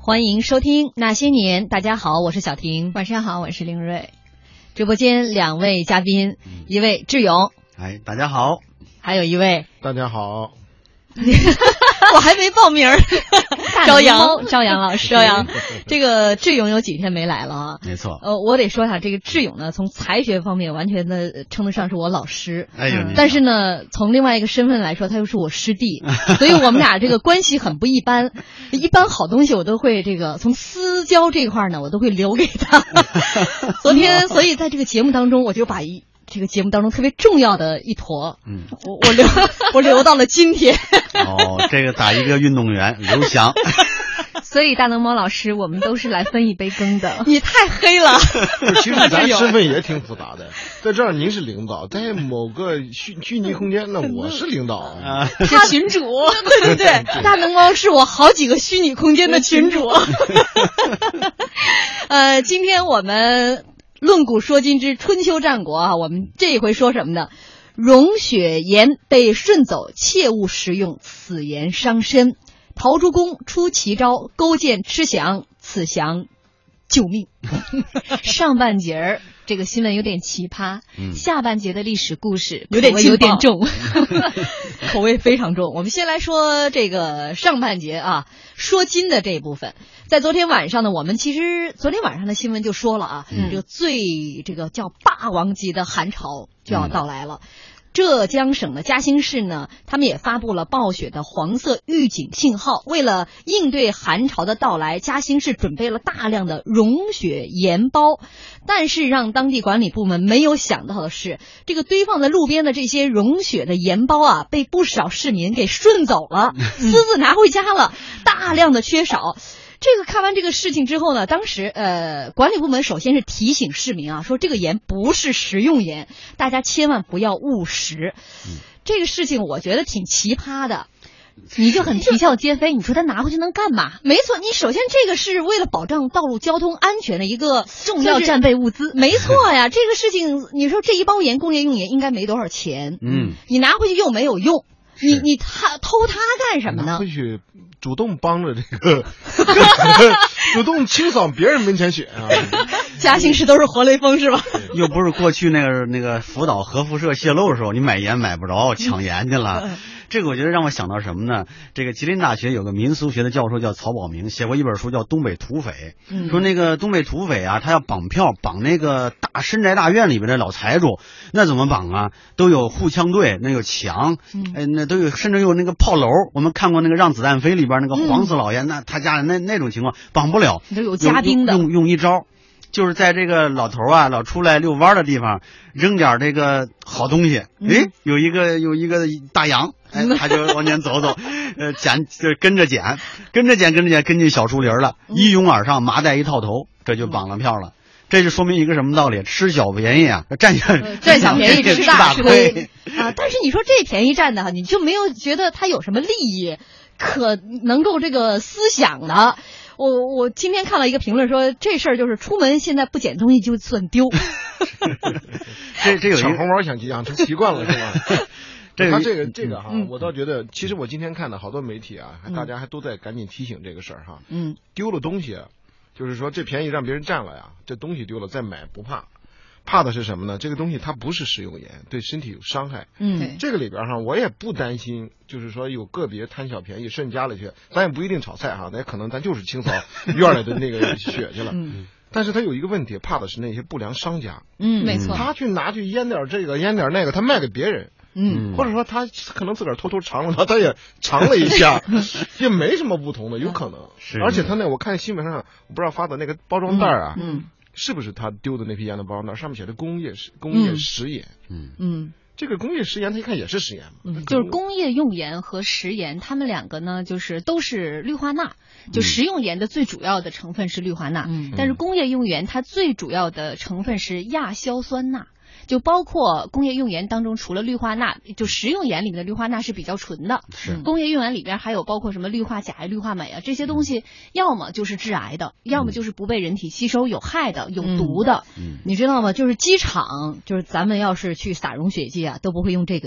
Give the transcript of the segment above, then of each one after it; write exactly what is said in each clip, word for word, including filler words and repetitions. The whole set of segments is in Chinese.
欢迎收听那些年。大家好，我是小婷。 晚上好，我是凌瑞。 直播间两位嘉宾，嗯、一位志勇， 哎，大家好； 还有一位， 大家好。 我还没报名儿。朝阳， 朝阳老师， 朝阳，这个志勇有几天没来了啊？ 没错。 呃，我得说一下，这个志勇呢，从才学方面完全的称得上是我老师。 哎呦、嗯， 但是呢，从另外一个身份来说，他又是我师弟，所以我们俩这个关系很不一般。一般好东西我都会这个从私交这块呢，我都会留给他。昨天，所以在这个节目当中，我就把一。这个节目当中特别重要的一坨，嗯，我我留我留到了今天。 哦，这个打一个运动员刘翔。 所以大能猫老师，我们都是来分一杯羹的。 你太黑了。 其实咱身份也挺复杂的，在这儿您是领导，在某个虚虚拟空间，那我是领导啊， 是群主。 对对对，大能猫是我好几个虚拟空间的群主。呃，今天我们。论古说今之春秋战国啊，我们这一回说什么呢？融雪盐被顺走，切勿食用，此盐伤身。陶朱公出奇招，勾践吃降，此降救命。 上半节儿这个新闻有点奇葩，嗯、下半节的历史故事有点有点重， 口味非常重。我们先来说这个上半节啊，说金的这一部分。在昨天晚上呢，我们其实昨天晚上的新闻就说了啊，嗯、这个最这个叫霸王级的寒潮就要到来了。嗯、浙江省的嘉兴市呢，他们也发布了暴雪的黄色预警信号。为了应对寒潮的到来，嘉兴市准备了大量的融雪盐包。但是让当地管理部门没有想到的是，这个堆放在路边的这些融雪的盐包啊，被不少市民给顺走了，私自拿回家了，大量的缺少。这个看完这个事情之后呢，当时呃管理部门首先是提醒市民啊，说这个盐不是食用盐，大家千万不要误食。嗯、这个事情我觉得挺奇葩的， 你就很啼笑皆非。你说他拿回去能干嘛？ 没错，你首先这个是为了保障道路交通安全的一个重要战备物资。 没错呀，这个事情你说这一包盐工业用盐应该没多少钱，嗯，你拿回去又没有用。你你他偷他干什么呢？ 回去主动帮着这个，主动清扫别人门前雪啊！ 嘉兴市都是活雷锋是吧？ 又不是过去那个那个福岛核辐射泄漏的时候，你买盐买不着，抢盐去了。这个我觉得让我想到什么呢？这个吉林大学有个民俗学的教授叫曹保明，写过一本书叫《东北土匪》，嗯、说那个东北土匪啊，他要绑票，绑那个大深宅大院里边的老财主，那怎么绑啊？都有护枪队，那有墙，嗯、哎，那都有，甚至有那个炮楼。我们看过那个《让子弹飞》里边那个黄四老爷，嗯、那他家那那种情况绑不了， 都有家丁的， 用用一招。就是在这个老头啊老出来遛弯的地方扔点这个好东西，嗯、诶，有一个有一个大洋，哎，他就往前走走，呃，捡就跟着捡，跟着捡跟着捡跟进小树林了，嗯、一拥而上，麻袋一套头，这就绑了票了。这就说明一个什么道理？吃小便宜啊，占小占小便宜吃大亏啊！但是你说这便宜占的，你就没有觉得他有什么利益可能够这个思想的？我我今天看了一个评论说，这事儿就是出门现在不捡东西就算丢。 这这有抢红包想养成习惯了是吧？这他这个这个哈，嗯、我倒觉得，其实我今天看的好多媒体啊，嗯、大家还都在赶紧提醒这个事儿哈。嗯，丢了东西，就是说这便宜让别人占了呀，这东西丢了再买不怕。怕的是什么呢？这个东西它不是食用盐，对身体有伤害。嗯，这个里边上我也不担心，就是说有个别贪小便宜顺家里去，咱也不一定炒菜哈，那可能咱就是清扫院里的那个雪去了。嗯，但是他有一个问题，怕的是那些不良商家。 嗯，没错， 他去拿去腌点这个腌点那个，他卖给别人。嗯，或者说他可能自个儿偷偷尝了，他他也尝了一下，也没什么不同的，有可能。是，而且他那我看新闻上，我不知道发的那个包装袋啊。嗯。嗯是不是他丢的那批盐的包装袋上面写的工业工业食盐？嗯嗯，这个工业食盐它一看也是食盐嘛， 嗯、就是工业用盐和食盐，它们两个呢就是都是氯化钠。就食用盐的最主要的成分是氯化钠，嗯、但是工业用盐它最主要的成分是亚硝酸钠。就包括工业用盐当中，除了氯化钠，就食用盐里面的氯化钠是比较纯的。是工业用盐里边还有包括什么氯化钾呀、氯化镁啊这些东西，要么就是致癌的，要么就是不被人体吸收有害的、有毒的。嗯， 你知道吗？就是机场，就是咱们要是去撒融雪剂啊，都不会用这个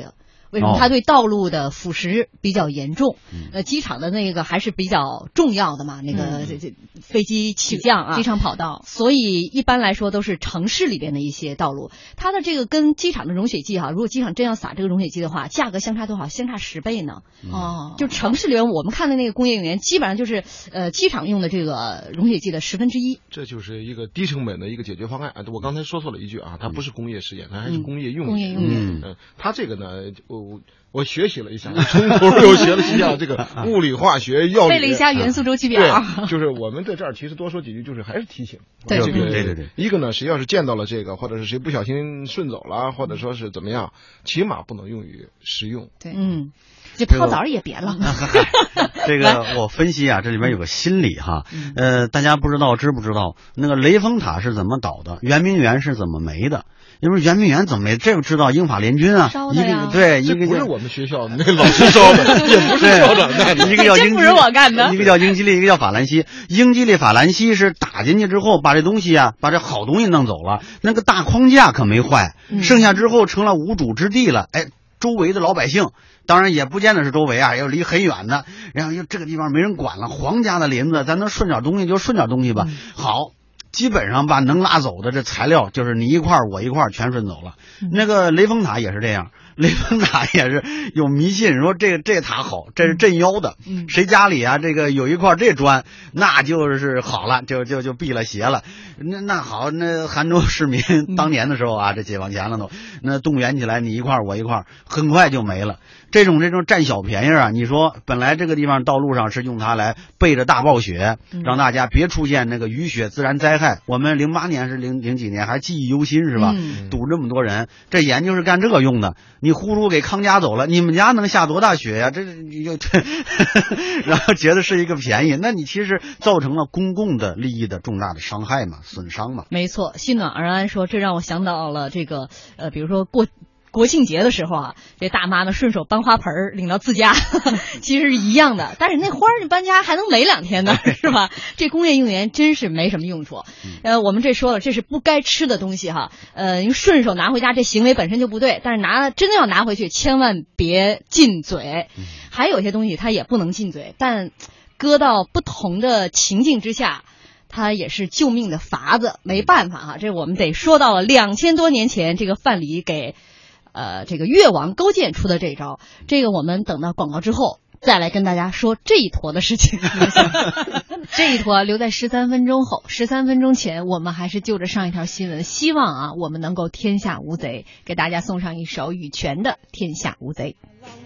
为什么？它对道路的腐蚀比较严重。呃，机场的那个还是比较重要的嘛，那个这这飞机起降啊， 机场跑道， 所以一般来说都是城市里边的一些道路。它的这个跟机场的溶血剂哈，如果机场真要撒这个溶血剂的话，价格相差多少？相差十倍呢。 哦， 就城市里边我们看的那个工业用盐，基本上就是呃机场用的这个溶血剂的十分之一。 这就是一个低成本的一个解决方案。我刚才说错了一句啊，它不是工业试验，它还是工业用盐。 工业用盐。 嗯，它这个呢，我我学习了一下，从头又学了一下这个物理化学药理， 背了一下元素周期表。 对，就是我们在这儿其实多说几句，就是还是提醒。 对这个对对对。 一个呢，谁要是见到了这个，或者是谁不小心顺走了，或者说是怎么样，起码不能用于食用。 对， 嗯。 这泡澡也别了。 这个我分析啊，这里边有个心理哈，呃，大家不知道知不知道那个雷峰塔是怎么倒的，圆明园是怎么没的？因为圆明园怎么没？这个知道英法联军啊，一个对，一个不是我们学校那老师烧的，也不是校长干的， 一个叫英， 不是我干的， 一个叫英吉利，一个叫法兰西。英吉利、法兰西是打进去之后，把这东西啊，把这好东西弄走了，那个大框架可没坏，剩下之后成了无主之地了。哎，周围的老百姓。当然也不见得是周围啊，也有离很远的，然后又这个地方没人管了，皇家的林子，咱能顺点东西就顺点东西吧。嗯、好，基本上把能拉走的这材料，就是你一块我一块全顺走了。嗯、那个雷峰塔也是这样，雷峰塔也是有迷信，说这个这塔好，这是镇妖的，嗯、谁家里啊这个有一块这砖，那就是好了，就就就避了邪了。那那好，那杭州市民当年的时候啊，这解放前了都，那动员起来，你一块我一块，很快就没了。这种这种占小便宜啊！你说本来这个地方道路上是用它来备着大暴雪，让大家别出现那个雨雪自然灾害。我们零八年是零零几年还记忆犹新是吧？嗯、堵这么多人，这盐就是干这个用的。你呼噜给康家走了，你们家能下多大雪呀、啊？这又然后觉得是一个便宜，那你其实造成了公共的利益的重大的伤害嘛，损伤嘛。 没错，心暖而安说，这让我想到了这个呃，比如说过。国庆节的时候啊，这大妈呢顺手搬花盆领到自家，其实是一样的。但是那花你搬家还能没两天呢，是吧？这工业用盐真是没什么用处。呃，我们这说了，这是不该吃的东西哈。呃，因为顺手拿回家这行为本身就不对，但是拿真的要拿回去，千万别进嘴。还有些东西它也不能进嘴，但搁到不同的情境之下。它也是救命的法子，没办法哈。这我们得说到了两千多年前，这个范蠡给。呃，这个越王勾践出的这招，这个我们等到广告之后再来跟大家说这一坨的事情。 这一坨留在十三分钟后，十三分钟前我们还是就着上一条新闻，希望啊我们能够天下无贼，给大家送上一首羽泉的《天下无贼》。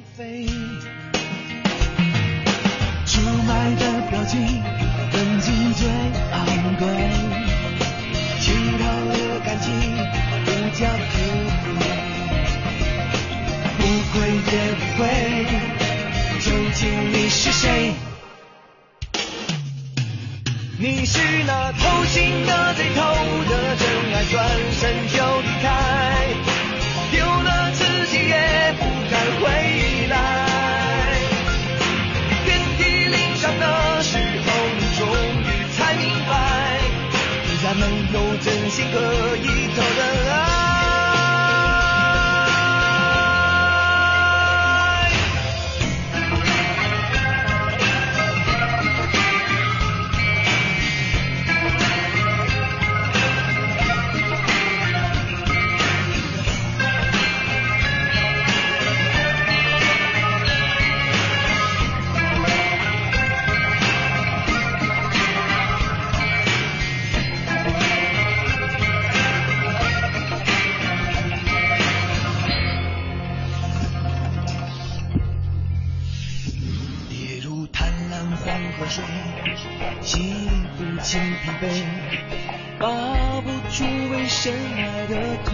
出卖的表情，本金最昂贵，乞讨的感情，不叫可贵。不会也不会，究竟你是谁？你是那偷心的最偷的真爱，转身就离开，丢了自己也不敢回来。遍体鳞伤的时候，你终于才明白，天下没有真心可以偷的爱。水洗不清疲惫，拔不出为深爱的腿，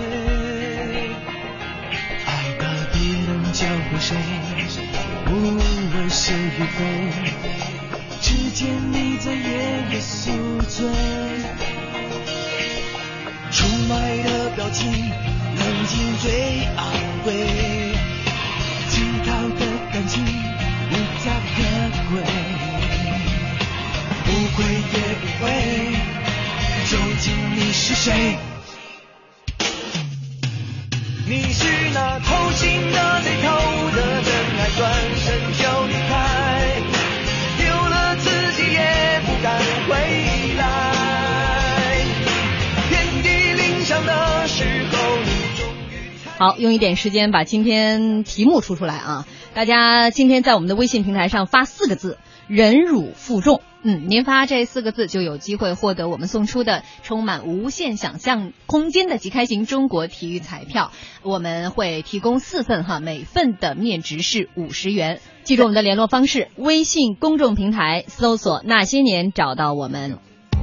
爱把别人教会谁，无论是与非，只见你在夜夜宿醉，出卖的表情，冷静最昂贵，乞讨的感情无价可贵，不会也不会，究竟你是谁？你是那偷心的最偷转身就离开，丢了自己也不敢回来，遍体鳞伤的时候你终于才。 好，用一点时间把今天题目出出来啊！大家今天在我们的微信平台上发四个字：忍辱负重。 嗯，您发这四个字就有机会获得我们送出的充满无限想象空间的即开型中国体育彩票。我们会提供四份哈，每份的面值是五十元。 记住我们的联络方式，微信公众平台搜索那些年找到我们。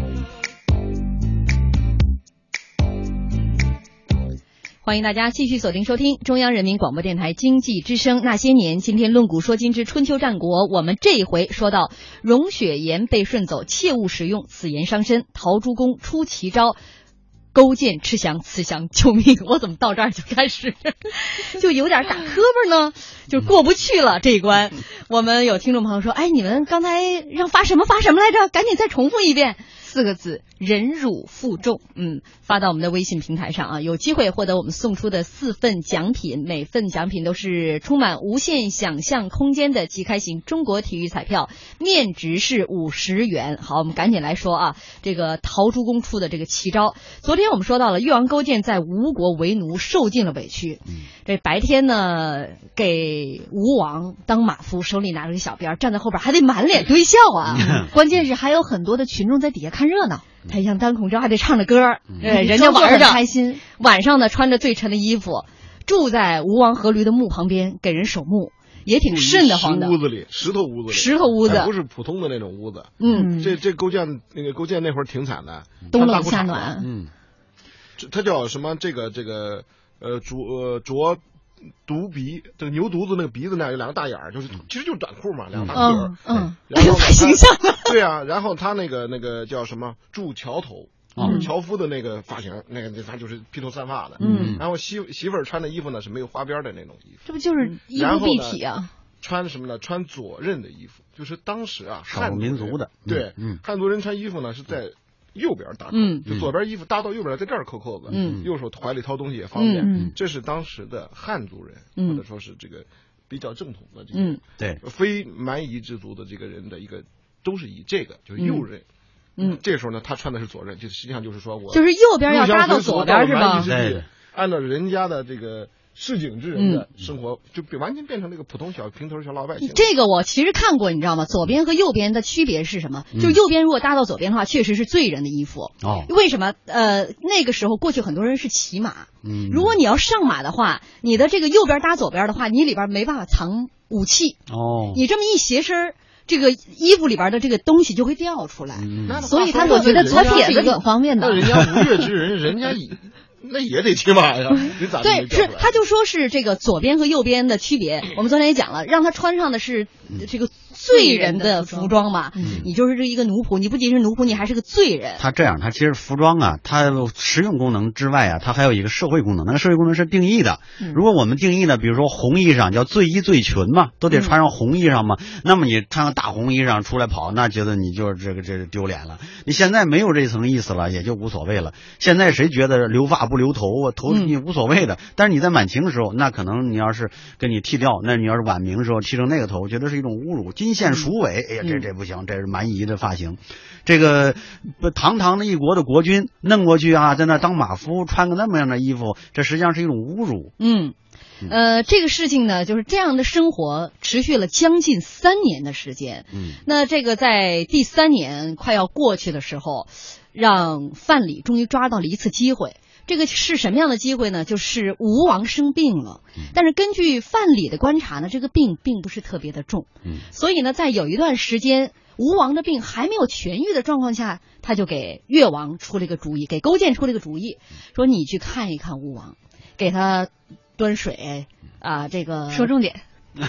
欢迎大家继续锁定收听中央人民广播电台经济之声那些年。今天论古说今之春秋战国，我们这一回说到融雪岩被顺走，切勿使用，此言伤身。陶朱公出奇招，勾践吃降，此降救命。我怎么到这儿就开始就有点打磕巴呢？就过不去了这一关。我们有听众朋友说，哎，你们刚才让发什么发什么来着？赶紧再重复一遍。四个字：忍辱负重。嗯，发到我们的微信平台上啊，有机会获得我们送出的四份奖品，每份奖品都是充满无限想象空间的即开型中国体育彩票，面值是五十元。好，我们赶紧来说啊，这个陶朱公出的这个奇招。昨天我们说到了越王勾践在吴国为奴，受尽了委屈。嗯，这白天呢给吴王当马夫，手里拿着个小鞭，站在后边还得满脸堆笑啊。 嗯、关键是还有很多的群众在底下看热闹。 他像单孔昭还得唱着歌，呃、嗯，人家玩着开心。晚上呢，穿着最沉的衣服，住在吴王阖闾的墓旁边，给人守墓，也挺瘆得慌的。 屋子里，石头屋子里， 石头屋子， 不是普通的那种屋子。 嗯， 这这勾践那个勾践那会儿挺惨的， 冬冷夏暖。 嗯，他叫什么？这个这个呃着呃着。犊鼻，这个牛犊子那个鼻子那有两个大眼儿，就是其实就是短裤嘛，两个大个儿， 嗯，哎呦，太形象了。 对啊，然后他那个那个叫什么筑桥头，就是樵夫的那个发型，那个那反正就是披头散发的，嗯，然后媳媳妇儿穿的衣服呢是没有花边的那种衣服， 这不就是衣不蔽体啊？ 穿什么呢？穿左衽的衣服，就是当时啊少数民族的， 对，嗯，汉族人穿衣服呢是在右边搭扣，嗯，就左边衣服搭到右边，在这儿扣扣子，嗯，右手怀里掏东西也方便，嗯，这是当时的汉族人，嗯，或者说是这个比较正统的这个， 嗯，对， 非蛮夷之族的这个人的一个，都是以这个就是右衽，嗯，这时候呢，他穿的是左衽，就实际上就是说我就是右边要搭到左边是吧？ 对，按照人家的这个。市井之人的生活、嗯、就完全变成那个普通小平头小老百姓。 这个我其实看过，你知道吗？左边和右边的区别是什么？嗯、就右边如果搭到左边的话，确实是罪人的衣服。哦，为什么？呃，那个时候过去很多人是骑马，嗯，如果你要上马的话，你的这个右边搭左边的话，你里边没办法藏武器。哦，你这么一斜身。这个衣服里边的这个东西就会掉出来，嗯、所以他我觉得左撇子挺方便的。 那人家吴越之人，人家也那也得骑马呀，你咋对？是他就说是这个左边和右边的区别。我们昨天也讲了，让他穿上的是这个罪人的服装嘛，嗯、你就是这一个奴仆，你不仅是奴仆，你还是个罪人。 他这样，他其实服装啊，它实用功能之外啊，它还有一个社会功能。那个社会功能是定义的。嗯、如果我们定义呢，比如说红衣裳叫罪衣罪群嘛，都得穿上红衣裳嘛。嗯、那么你穿个大红衣裳出来跑，那觉得你就是这个这个丢脸了。你现在没有这层意思了，也就无所谓了。现在谁觉得留发不留头啊，头你无所谓的。嗯、但是你在满清的时候，那可能你要是跟你剃掉，那你要是晚明的时候剃成那个头，觉得是一种侮辱。金线鼠尾，哎呀，这这不行，这是蛮夷的发型。这个堂堂的一国的国君弄过去啊，在那当马夫，穿个那么样的衣服，这实际上是一种侮辱。 嗯。呃，这个事情呢，就是这样的生活持续了将近三年的时间。嗯，那这个在第三年快要过去的时候，让范蠡终于抓到了一次机会。这个是什么样的机会呢？就是吴王生病了，但是根据范蠡的观察呢，这个病并不是特别的重。嗯，所以呢，在有一段时间，吴王的病还没有痊愈的状况下，他就给越王出了一个主意，给勾践出了一个主意，说你去看一看吴王，给他端水啊，这个说重点。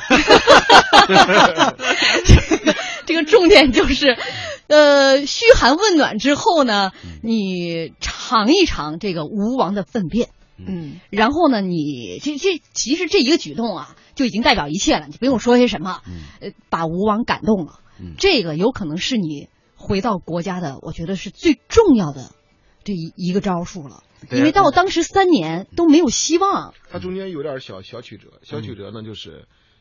这个这个重点就是，呃，嘘寒问暖之后呢，你尝一尝这个吴王的粪便，嗯，然后呢，你这这其实这一个举动啊，就已经代表一切了，你不用说些什么，呃，把吴王感动了，这个有可能是你回到国家的，我觉得是最重要的这一一个招数了。因为到当时三年都没有希望。 他中间有点小小曲折，小曲折呢就是，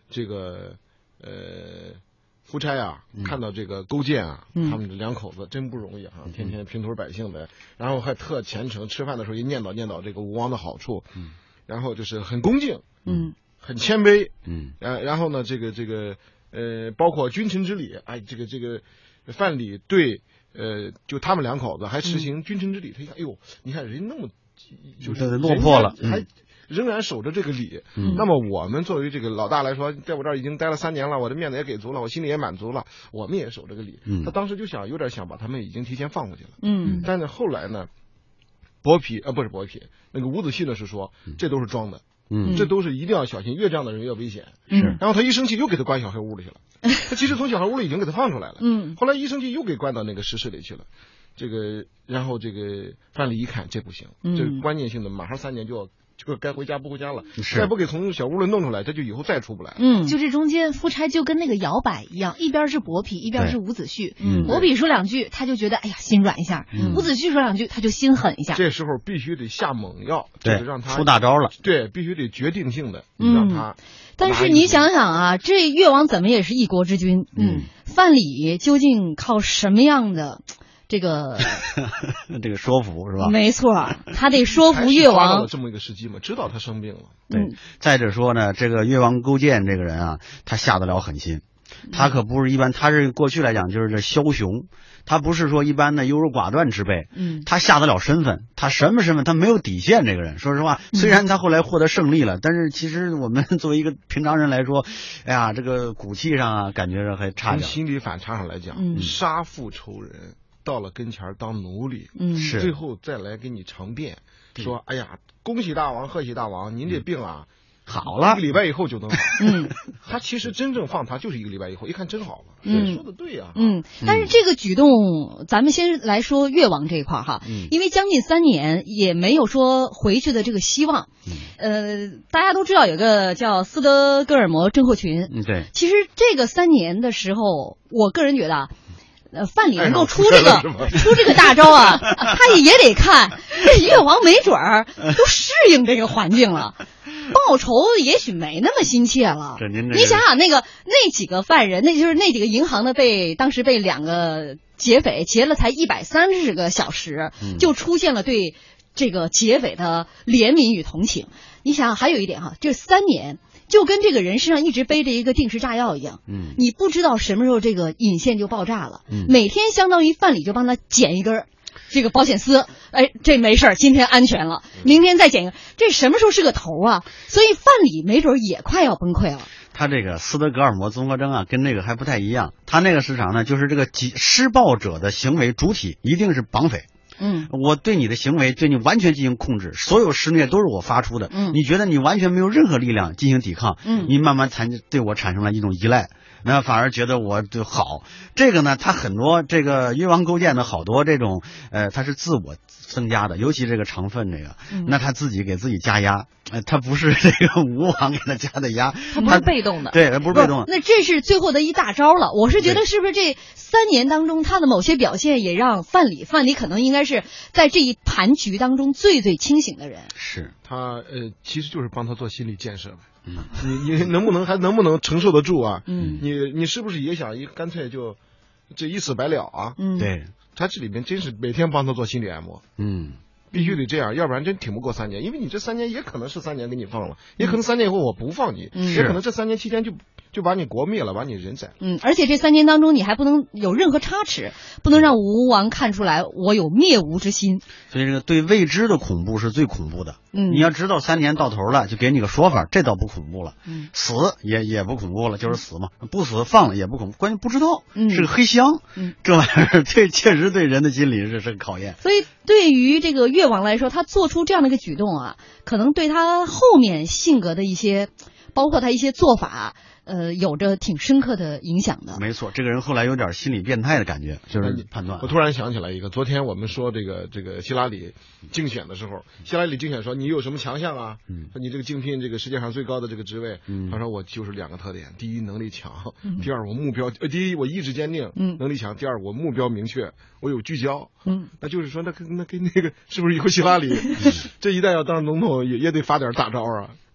这个呃夫差啊，看到这个勾践啊， 嗯、 他们这两口子真不容易啊，天天平头百姓的，然后还特虔诚，吃饭的时候也念叨念叨这个吴王的好处， 嗯， 然后就是很恭敬， 嗯， 很谦卑， 嗯， 然然后呢，这个这个呃，包括君臣之礼，哎，这个这个范蠡对呃，就他们两口子还实行君臣之礼，嗯、他一看，哎呦，你看人那么就是落魄了， 还。 嗯仍然守着这个礼， 嗯， 那么我们作为这个老大来说，在我这儿已经待了三年了，我的面子也给足了，我心里也满足了，我们也守这个礼。 嗯， 他当时就想有点想把他们已经提前放过去了。 嗯， 但是后来呢，伯嚭呃不是伯嚭，那个伍子胥呢是说这都是装的， 嗯， 这都是一定要小心，越这样的人越危险。 是， 然后他一生气又给他关小黑屋里去了，他其实从小黑屋里已经给他放出来了。 嗯， 后来一生气又给关到那个石室里去了。这个，然后这个范蠡一看这不行， 嗯、 这关键性的马上三年就要。就该回家不回家了， 是再不给从小屋里弄出来，他就以后再出不来。 嗯， 就这中间夫差就跟那个摇摆一样，一边是伯嚭，一边是伍子胥。 嗯， 伯嚭说两句，他就觉得哎呀心软一下；伍、嗯、子胥说两句，他就心狠一下。 这时候必须得下猛药， 对， 就是让他出大招了。 对，必须得决定性的、 嗯、 让他。 但是你想想啊，这越王怎么也是一国之君， 嗯， 范蠡究竟靠什么样的？这个这个说服是吧？ 没错，他得说服越王。 了这么一个时机嘛，知道他生病了。 对， 嗯、 再者说呢，这个越王勾践这个人啊，他下得了狠心，他可不是一般，他是过去来讲就是这枭雄，他不是说一般的优柔寡断之辈。 嗯， 他下得了身份，他什么身份？他没有底线。这个人，说实话，虽然他后来获得胜利了，嗯、但是其实我们作为一个平常人来说，哎呀，这个骨气上啊，感觉还差点。 从心理反差上来讲， 嗯、 杀父仇人。到了跟前当奴隶， 嗯， 是最后再来给你尝遍，说，哎呀，恭喜大王，贺喜大王，您这病啊， 好了， 一个礼拜以后就能好。 嗯， 他其实真正放他就是一个礼拜以后，一看真好了。 嗯， 说的对呀、啊。 嗯，但是这个举动，咱们先来说越王这一块哈， 嗯， 因为将近三年也没有说回去的这个希望。 嗯， 呃，大家都知道有个叫斯德哥尔摩症候群。 嗯，对。 其实这个三年的时候，我个人觉得啊。呃，范蠡能够出这个出这个大招啊，他也也得看这越王没准儿都适应这个环境了，报仇也许没那么心切了。 这您这你想想那个那几个犯人，那就是那几个银行的被当时被两个劫匪劫了才一百三十个小时， 嗯、 就出现了对这个劫匪的怜悯与同情。你想想还有一点哈，这三年。就跟这个人身上一直背着一个定时炸药一样， 嗯， 你不知道什么时候这个引线就爆炸了， 嗯， 每天相当于范蠡就帮他剪一根这个保险丝，哎，这没事儿，今天安全了，明天再剪一个，这什么时候是个头啊？所以范蠡没准也快要崩溃了。 他这个斯德哥尔摩综合征啊，跟这个还不太一样，他那个市场呢，就是这个施暴者的行为主体一定是绑匪。 嗯， 我对你的行为对你完全进行控制，所有施虐都是我发出的。 嗯， 你觉得你完全没有任何力量进行抵抗， 嗯， 你慢慢才对我产生了一种依赖，那反而觉得我就好。这个呢，他很多这个越王勾践的好多这种呃，他是自我增加的，尤其这个肠粪这个， 嗯、 那他自己给自己加压，呃，他不是这个吴王给他加的压， 他不是被动的， 对，他不是被动的。 那这是最后的一大招了。我是觉得是不是这三年当中他的某些表现也让范蠡，范蠡可能应该是在这一盘局当中最最清醒的人。 是他呃，其实就是帮他做心理建设呗。 嗯， 你你能不能还能不能承受得住啊？ 嗯， 你你是不是也想一干脆就这一死百了啊？ 嗯， 对， 他这里面真是每天帮他做心理按摩。 嗯。 必须得这样，要不然真挺不过三年。因为你这三年也可能是三年给你放了，也可能三年以后我不放你， 嗯、 也可能这三年期间就就把你国灭了，把你人宰了。 嗯，而且这三年当中你还不能有任何差池，不能让吴王看出来我有灭吴之心。 所以这个对未知的恐怖是最恐怖的。 嗯， 你要知道三年到头了，就给你个说法，这倒不恐怖了。 嗯， 死也也不恐怖了，就是死嘛，不死放了也不恐怖，关键不知道， 嗯， 是个黑箱。 嗯， 这玩意儿对确实对人的心理是是个考验。 所以对于这个越王来说，他做出这样的一个举动啊，可能对他后面性格的一些，包括他一些做法，呃，有着挺深刻的影响的。 没错，这个人后来有点心理变态的感觉，就是判断。 我突然想起来一个，昨天我们说这个这个希拉里竞选的时候，希拉里竞选说你有什么强项啊？ 嗯， 说你这个竞聘这个世界上最高的这个职位， 嗯， 他说我就是两个特点，第一能力强， 嗯、 第二我目标呃，第一我意志坚定， 嗯， 能力强，第二我目标明确，我有聚焦， 嗯， 那就是说那跟那跟那个是不是以后希拉里这一代要当总统也也得发点大招啊？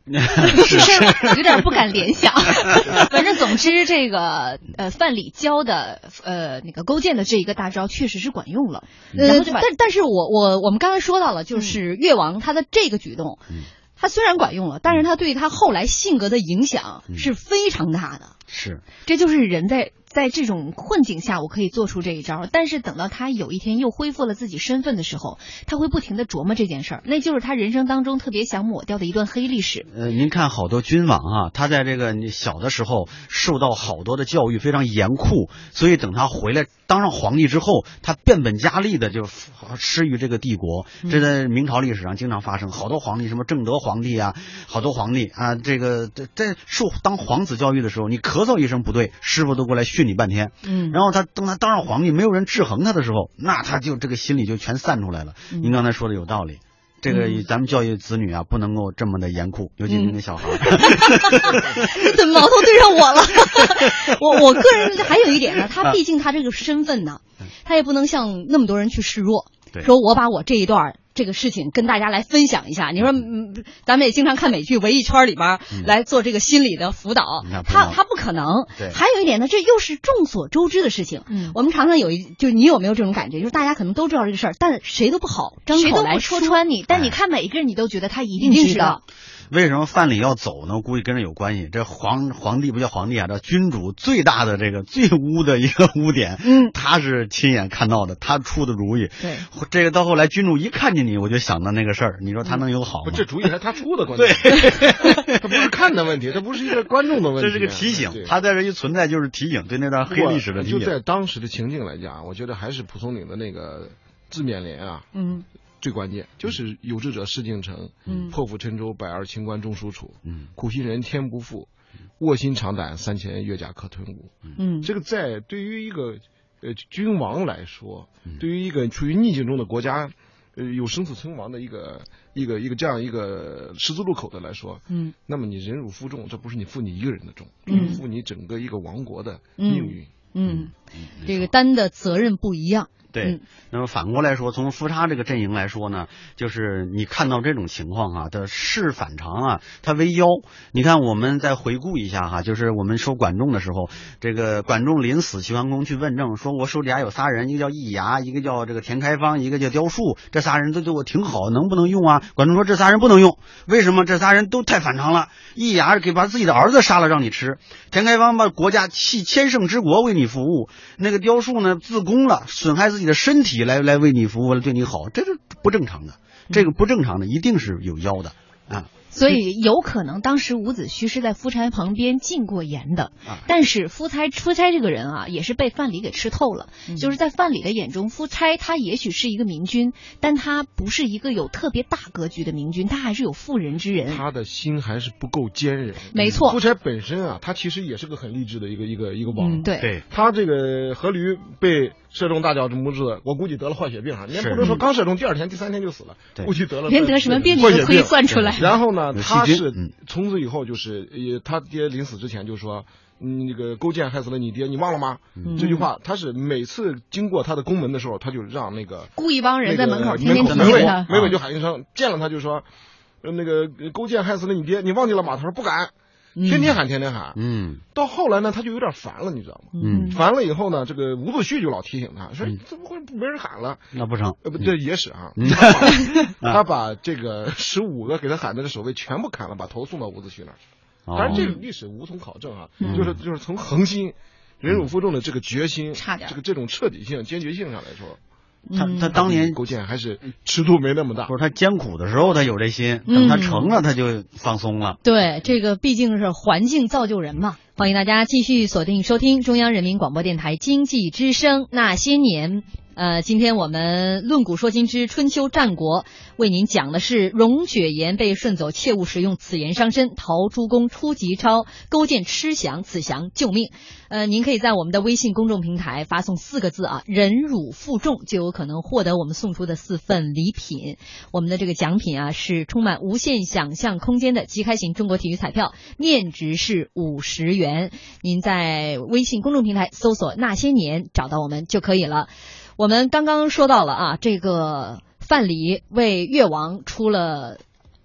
是有点不敢联想。反正总之，这个呃范蠡教的呃那个勾践的这一个大招确实是管用了。 呃，但但是我我我们刚才说到了，就是越王他的这个举动。嗯，他虽然管用了，但是他对他后来性格的影响是非常大的。 是， 这就是人在在这种困境下，我可以做出这一招。但是等到他有一天又恢复了自己身份的时候，他会不停地琢磨这件事儿，那就是他人生当中特别想抹掉的一段黑历史。 呃，您看好多君王啊，他在这个小的时候受到好多的教育，非常严酷，所以等他回来当上皇帝之后，他变本加厉的就施于这个帝国。这在明朝历史上经常发生，好多皇帝，什么正德皇帝啊，好多皇帝啊，这个在受当皇子教育的时候，你咳嗽一声不对，师傅都过来训你半天。嗯，然后他等他当上皇帝，没有人制衡他的时候，那他就这个心里就全散出来了。嗯、您刚才说的有道理。这个咱们教育子女啊，不能够这么的严酷，尤其那个小孩。 怎么矛头对上我了？我我个人还有一点呢，他毕竟他这个身份呢，他也不能像那么多人去示弱。说我把我这一段这个事情跟大家来分享一下。你说，嗯，咱们也经常看美剧《围一圈》里边来做这个心理的辅导，嗯、他他不可能。还有一点呢，这又是众所周知的事情。嗯，我们常常有一，就是你有没有这种感觉？就是大家可能都知道这个事儿，但谁都不好张口来戳穿你。但你看每一个人，你都觉得他一定知道。 为什么范蠡要走呢？估计跟这有关系。这皇皇帝不叫皇帝啊，这君主最大的这个最污的一个污点，嗯，他是亲眼看到的，他出的主意。 对， 这个到后来君主一看见你，我就想到那个事儿，你说他能有好吗？ 不，这主意还是他出的，关键。对，他不是看的问题，这不是一个观众的问题， 这是个提醒。他在这一存在就是提醒，对那段黑历史的提醒。 就在当时的情境来讲，我觉得还是蒲松龄的那个自勉联啊，嗯。最关键就是有志者事竟成，嗯，破釜沉舟，百二秦关终属楚，嗯，苦心人天不负，卧薪尝胆，三千越甲可吞吴，嗯，这个在对于一个呃君王来说，嗯、对于一个处于逆境中的国家，呃有生死存亡的一个一个一个这样一个十字路口的来说，嗯，那么你忍辱负重，这不是你负你一个人的重，嗯，负你整个一个王国的命运， 嗯，嗯嗯这个担的责任不一样。 对，嗯、那么反过来说，从夫差这个阵营来说呢，就是你看到这种情况啊，它事反常啊，它为妖。你看，我们再回顾一下哈，就是我们收管仲的时候，这个管仲临死，齐桓公去问政，说我手底下有仨人，一个叫易牙，一个叫这个田开方，一个叫雕树，这仨人都对我挺好，能不能用啊？管仲说这仨人不能用，为什么？这仨人都太反常了。易牙给把自己的儿子杀了让你吃，田开方把国家弃千乘之国为你服务，那个雕树呢自宫了，损害自己的身体来来为你服务，对你好，这是不正常的。这个不正常的一定是有妖的啊。 所以有可能当时伍子胥是在夫差旁边进过言的，啊、但是夫差夫差这个人啊，也是被范蠡给吃透了。嗯、就是在范蠡的眼中，夫差他也许是一个明君，但他不是一个有特别大格局的明君，他还是有妇人之仁。 他的心还是不够坚韧。 没错， 夫差本身啊，他其实也是个很励志的一个一个一个王。 嗯、对， 对他这个阖闾被射中大脚拇指，我估计得了坏血病啊！你也不能说刚射中第二天、第三天就死了，估计得了。 连得什么病你都可以算出来。 然后呢，他是从此以后就是，呃，他爹临死之前就说，嗯，那个勾践害死了你爹，你忘了吗？嗯、这句话，他是每次经过他的宫门的时候，他就让那个雇一帮人在门口天天提醒他，每每就喊一声，见了他就说，呃，那个勾践害死了你爹，你忘记了吗？他说不敢。天天喊，天天喊，嗯，到后来呢，他就有点烦了，你知道吗？嗯，烦了以后呢，这个伍子胥就老提醒他说：“嗯、怎么会没人喊了？” 那不成， 呃，不，这野史啊，嗯、他, 把他把这个十五个给他喊的这守卫全部砍了，把头送到伍子胥那儿。当然，这个历史无从考证啊，嗯、就是就是从恒心、忍辱负重的这个决心， 差点， 这个这种彻底性、坚决性上来说。 他他当年勾践还是尺度没那么大， 不是他艰苦的时候他有这心，等他成了他就放松了。 嗯、对，这个毕竟是环境造就人嘛。欢迎大家继续锁定收听中央人民广播电台经济之声那些年。呃，今天我们论古说今之春秋战国，为您讲的是荣雪岩被顺走，切勿使用，此言伤身；陶朱公出急超，勾践吃降，此降救命。呃，您可以在我们的微信公众平台发送四个字啊，忍辱负重，就有可能获得我们送出的四份礼品。我们的这个奖品啊，是充满无限想象空间的即开型中国体育彩票，面值是五十元。您在微信公众平台搜索那些年，找到我们就可以了。我们刚刚说到了啊，这个范蠡为越王出了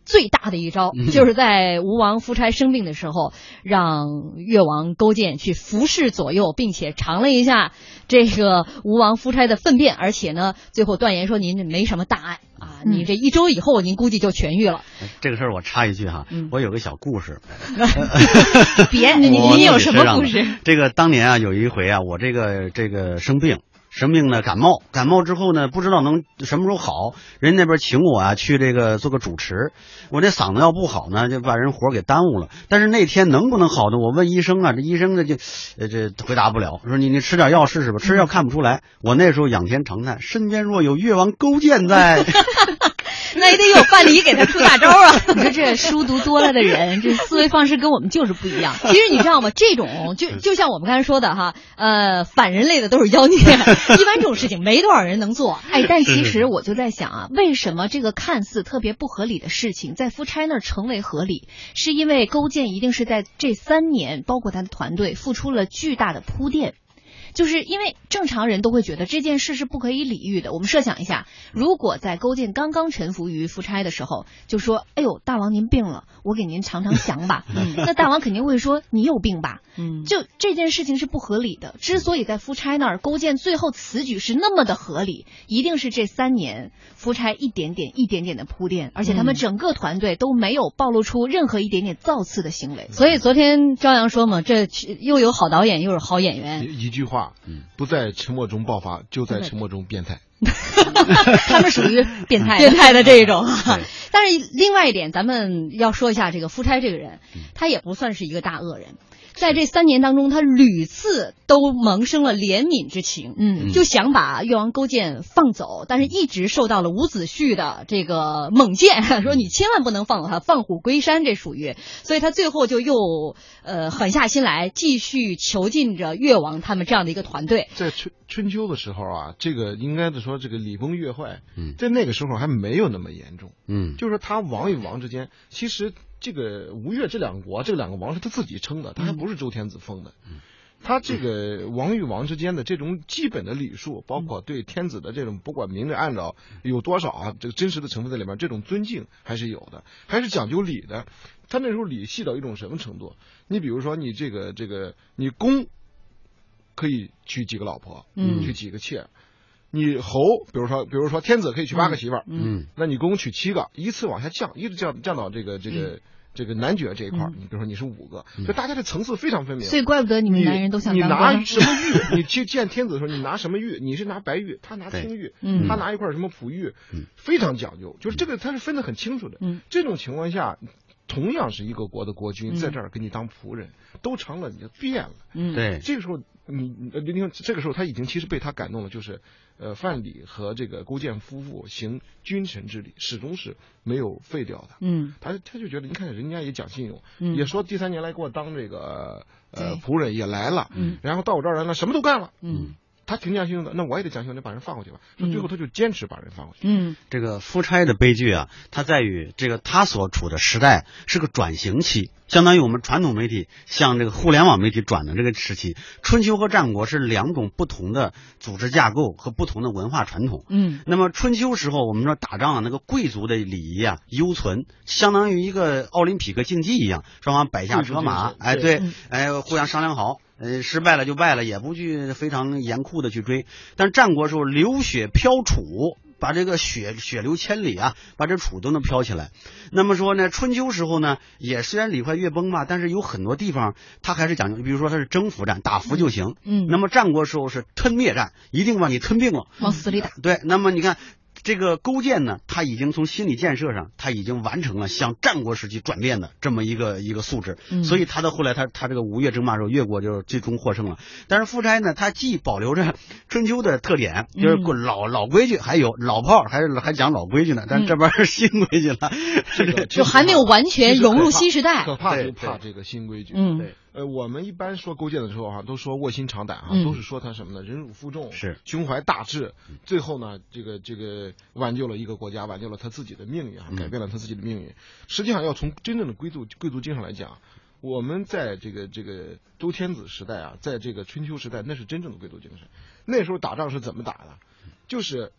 最大的一招，就是在吴王夫差生病的时候，让越王勾践去服侍左右，并且尝了一下这个吴王夫差的粪便，而且呢，最后断言说您没什么大碍啊，你这一周以后您估计就痊愈了。 这个事儿我插一句哈，嗯、我有个小故事。 别，你你有什么故事？ 这个当年啊，有一回啊，我这个这个生病。生病呢，感冒，感冒之后呢，不知道能什么时候好，人那边请我啊去这个做个主持，我这嗓子要不好呢，就把人活给耽误了。但是那天能不能好呢？我问医生啊，这医生呢就，呃，这回答不了，说你你吃点药试试吧，吃药看不出来。我那时候仰天长叹，身边若有越王勾践在。 那也得有范蠡给他出大招啊！ 你说这书读多了的人，这思维方式跟我们就是不一样。 其实你知道吗？这种就就像我们刚才说的哈，呃，反人类的都是妖孽，一般这种事情没多少人能做。 哎，但其实我就在想啊，为什么这个看似特别不合理的事情，在夫差那儿成为合理？是因为勾践一定是在这三年，包括他的团队，付出了巨大的铺垫。就是因为正常人都会觉得这件事是不可以理喻的。我们设想一下，如果在勾践刚刚臣服于夫差的时候，就说：“哎呦，大王您病了，我给您尝尝祥吧。”嗯，那大王肯定会说：“你有病吧？”嗯，就这件事情是不合理的。之所以在夫差那儿，勾践最后此举是那么的合理，一定是这三年夫差一点点、一点点的铺垫，而且他们整个团队都没有暴露出任何一点点造次的行为。 所以昨天张扬说嘛，这又有好导演，又是好演员。 一句话。不在沉默中爆发，就在沉默中变态。 他们属于变态变态的这种。但是另外一点，咱们要说一下这个夫差这个人，他也不算是一个大恶人。在这三年当中，他屡次都萌生了怜悯之情，嗯，就想把越王勾践放走，但是一直受到了伍子胥的这个猛谏，说你千万不能放走他，放虎归山，这属于，所以他最后就又呃狠下心来，继续囚禁着越王他们这样的一个团队。 在春春秋的时候啊，这个应该是说这个礼崩乐坏，嗯，在那个时候还没有那么严重，嗯，就是说他王与王之间，其实。这个吴越这两国，这两个王是他自己称的，他还不是周天子封的。嗯、他这个王与王之间的这种基本的礼数，包括对天子的这种不管明着暗着有多少啊，这个真实的成分在里面，这种尊敬还是有的，还是讲究礼的。他那时候礼细到一种什么程度？你比如说，你这个这个，你公可以娶几个老婆，嗯，娶几个妾。你侯，比如说，比如说天子可以娶八个媳妇儿，嗯，那你公娶七个，依次往下降，一直降降到这个这个、嗯、这个男爵这一块儿。你比如说你是五个，嗯、就大家的层次非常分明。 所以怪不得你们男人都想当官。你拿什么玉？你去见天子的时候，你拿什么玉？你是拿白玉，他拿青玉，嗯、他拿一块什么璞玉，嗯、非常讲究。就是这个他是分得很清楚的。嗯、这种情况下。同样是一个国的国君，在这儿给你当仆人，嗯、都成了你就变了。 嗯，对。 这个时候，你你看，这个时候他已经其实被他感动了，就是呃，范蠡和这个勾践夫妇行君臣之礼，始终是没有废掉的。嗯，他他就觉得，你看人家也讲信用，嗯、也说第三年来给我当这个呃仆人也来了，嗯，然后到我这儿来了，什么都干了，嗯。他挺讲信用的，那我也得讲信用，得把人放回去吧。所以最后他就坚持把人放回去。 嗯，这个夫差的悲剧啊，它在于这个他所处的时代是个转型期，相当于我们传统媒体向这个互联网媒体转的这个时期。春秋和战国是两种不同的组织架构和不同的文化传统。嗯，那么春秋时候我们说打仗啊，那个贵族的礼仪啊犹存，相当于一个奥林匹克竞技一样，双方摆下车马，哎对，哎互相商量好。呃，失败了就败了，也不去非常严酷的去追。但是战国时候流血漂楚，把这个血血流千里啊，把这楚都能飘起来。那么说呢，春秋时候呢，也虽然礼快乐崩吧，但是有很多地方它还是讲究，比如说它是征服战，打服就行。嗯。那么战国时候是吞灭战，一定把你吞并了， 往死里打。 对，那么你看。这个勾践呢，他已经从心理建设上，他已经完成了向战国时期转变的这么一个一个素质，嗯、所以他的后来他他这个吴越争霸时候，越国就最终获胜了。但是夫差呢，他既保留着春秋的特点，就是老、嗯、老规矩，还有老炮，还是还讲老规矩呢，但这边是新规矩了， 嗯、 就还没有完全融入新时代。 可怕就怕这个新规矩。嗯，对。呃，我们一般说勾践的时候啊，都说卧薪尝胆啊，嗯、都是说他什么呢？忍辱负重， 是胸怀大志，最后呢，这个这个挽救了一个国家，挽救了他自己的命运啊，改变了他自己的命运。嗯、实际上，要从真正的贵族贵族经上来讲，我们在这个这个周天子时代啊，在这个春秋时代，那是真正的贵族精神。那时候打仗是怎么打的？就是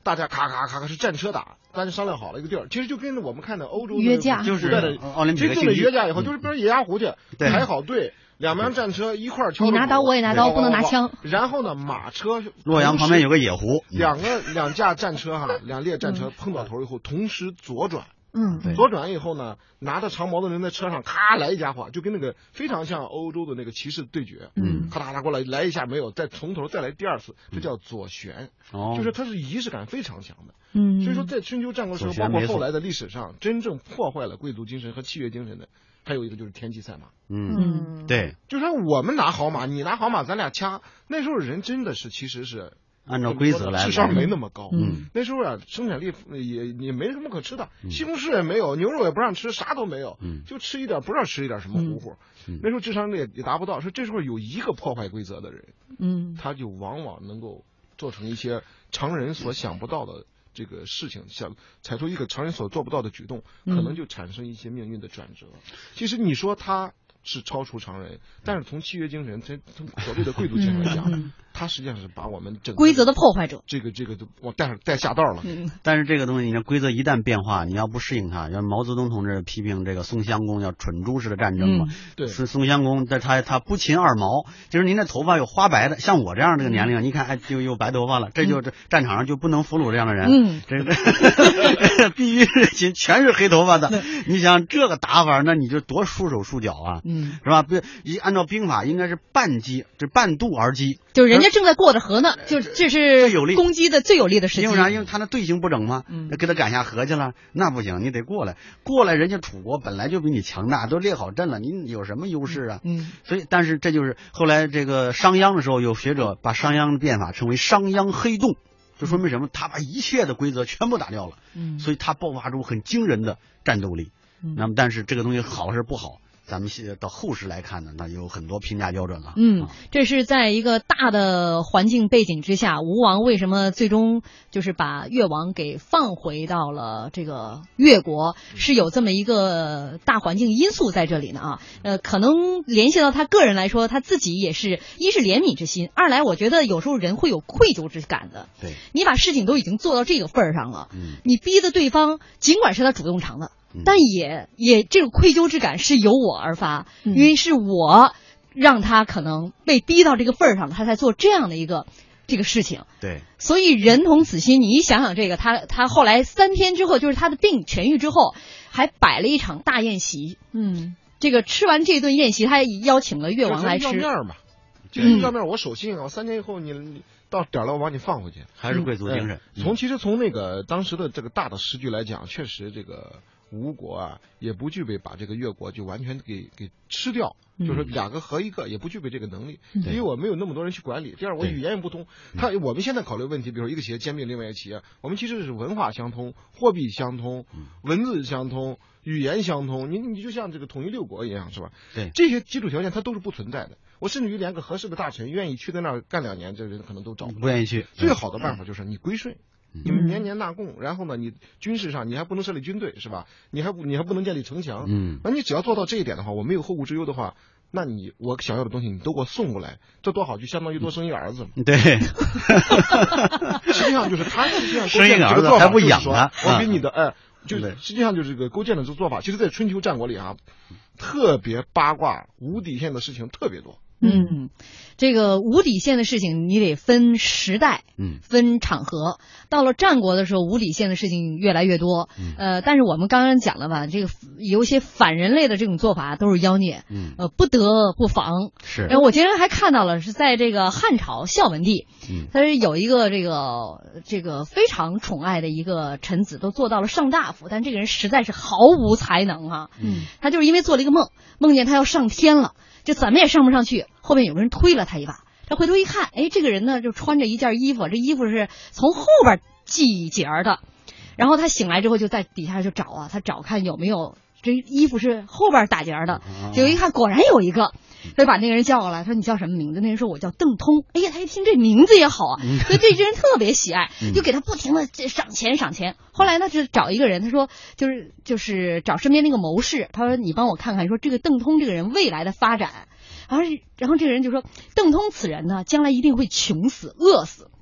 大家咔咔咔咔是战车打，大家商量好了一个地儿，其实就跟我们看的欧洲约架， 就是奥林匹克竞技约架以后，就是比如野鸭湖去排好队。两辆战车一块儿敲， 你拿刀我也拿刀，不能拿枪。 然后呢，马车洛阳旁边有个野湖， 两个两架战车哈，两列战车碰到头以后，同时左转。 嗯， 左转以后呢，拿着长矛的人在车上咔来一家伙，就跟那个非常像欧洲的那个骑士对决。 嗯， 咔嗒嗒过来来一下没有，再从头再来第二次，这叫左旋。 哦， 就是它是仪式感非常强的。 嗯， 所以说在春秋战国时候，包括后来的历史上，真正破坏了贵族精神和契约精神的。还有一个就是田忌赛马， 嗯，对， 就说我们拿好马，你拿好马，咱俩掐。那时候人真的是其实是按照规则来， 智商没那么高。 嗯， 那时候啊，生产力也也没什么可吃的，西红柿也没有，牛肉也不让吃，啥都没有， 嗯， 就吃一点，不知道吃一点什么糊糊。 嗯， 那时候智商也也达不到，说这时候有一个破坏规则的人， 嗯， 他就往往能够做成一些常人所想不到的。这个事情想踩出一个常人所做不到的举动，可能就产生一些命运的转折。嗯、其实你说他是超出常人，但是从契约精神，从从所谓的贵族精神来讲，嗯、他实际上是把我们整个规则的破坏者， 这个这个都我带带下道了。 嗯、但是这个东西，你看规则一旦变化，你要不适应它，像毛泽东同志批评这个宋襄公叫蠢猪式的战争嘛。 嗯、对， 宋宋襄公他他他不勤二毛，就是您的头发有花白的，像我这样这个年龄，你看哎就有白头发了，这就这战场上就不能俘虏这样的人。 嗯， 这个必须是勤，全是黑头发的。你想这个打法，那你就多束手束脚啊， 嗯， 是吧？不，一按照兵法应该是半击，这半渡而击， 就是人家正在过着河呢，就这是攻击的最有利的时机。 因为啥？因为他那队形不整嘛， 嗯， 给他赶下河去了，那不行，你得过来，过来，人家楚国本来就比你强大，都列好阵了，你有什么优势啊？ 嗯， 所以，但是这就是后来这个商鞅的时候，有学者把商鞅的变法称为商鞅黑洞。就说明什么？他把一切的规则全部打掉了， 嗯， 所以他爆发出很惊人的战斗力。 嗯， 那么，但是这个东西好还是不好？咱们现到后世来看呢，那有很多评价标准了。 嗯，这是在一个大的环境背景之下，吴王为什么最终就是把越王给放回到了这个越国，是有这么一个大环境因素在这里呢啊。呃，可能联系到他个人来说，他自己也是一是怜悯之心，二来我觉得有时候人会有愧疚之感的。 对， 你把事情都已经做到这个份儿上了， 嗯， 你逼的对方，尽管是他主动尝的。但也也这种愧疚之感是由我而发， 嗯、 因为是我让他可能被逼到这个份儿上了，他才做这样的一个这个事情。 对， 所以人同此心，你一想想这个，他他后来三天之后，就是他的病痊愈之后，还摆了一场大宴席。 嗯， 这个吃完这顿宴席，他还邀请了越王来吃。 要面嘛，这个要面我守信啊，我三天以后你你到点了，我把你放回去， 还是贵族精神。 嗯、从其实从那个当时的这个大的时局来讲，确实这个。吴国啊，也不具备把这个越国就完全给给吃掉， 嗯、 就是两个合一个，也不具备这个能力。 嗯、 因为我没有那么多人去管理。第二，我语言也不通。他我们现在考虑问题，比如说一个企业兼并另外一个企业，我们其实是文化相通、货币相通、文字相通、语言相通。你你就像这个统一六国一样，是吧？ 对， 这些基础条件它都是不存在的。我甚至于连个合适的大臣愿意去在那儿干两年，这人可能都找不到。 不愿意去。 最好的办法就是你归税。你们年年纳贡，然后呢，你军事上你还不能设立军队，是吧？你还不你还不能建立城墙， 嗯， 那你只要做到这一点的话，我没有后顾之忧的话，那你我想要的东西你都给我送过来，这多好，就相当于多生一个儿子嘛。 对，实际上就是他实际上生一个儿子还不养他， 我给你的哎，就是实际上就是这个勾践的这个做法，其实在春秋战国里啊，特别八卦无底线的事情特别多。 嗯，这个无底线的事情你得分时代， 嗯， 分场合。到了战国的时候，无底线的事情越来越多， 嗯， 呃，但是我们刚刚讲了吧，这个有一些反人类的这种做法都是妖孽， 嗯， 呃，不得不防。 是。 然后我今天还看到了，是在这个汉朝孝文帝， 嗯， 他是有一个这个这个非常宠爱的一个臣子，都做到了上大夫，但这个人实在是毫无才能啊， 嗯， 他就是因为做了一个梦，梦见他要上天了。就怎么也上不上去，后面有个人推了他一把，他回头一看，哎，这个人呢就穿着一件衣服，这衣服是从后边系结的，然后他醒来之后就在底下就找啊，他找看有没有这衣服是后边打结的，结果一看果然有一个，所以把那个人叫过来，说你叫什么名字？那人说我叫邓通。哎呀，他一听这名字也好啊，所以对这人特别喜爱，就给他不停的赏钱赏钱。后来呢，就找一个人，他说就是就是找身边那个谋士，他说你帮我看看，说这个邓通这个人未来的发展。然后然后这个人就说，邓通此人呢，将来一定会穷死饿死。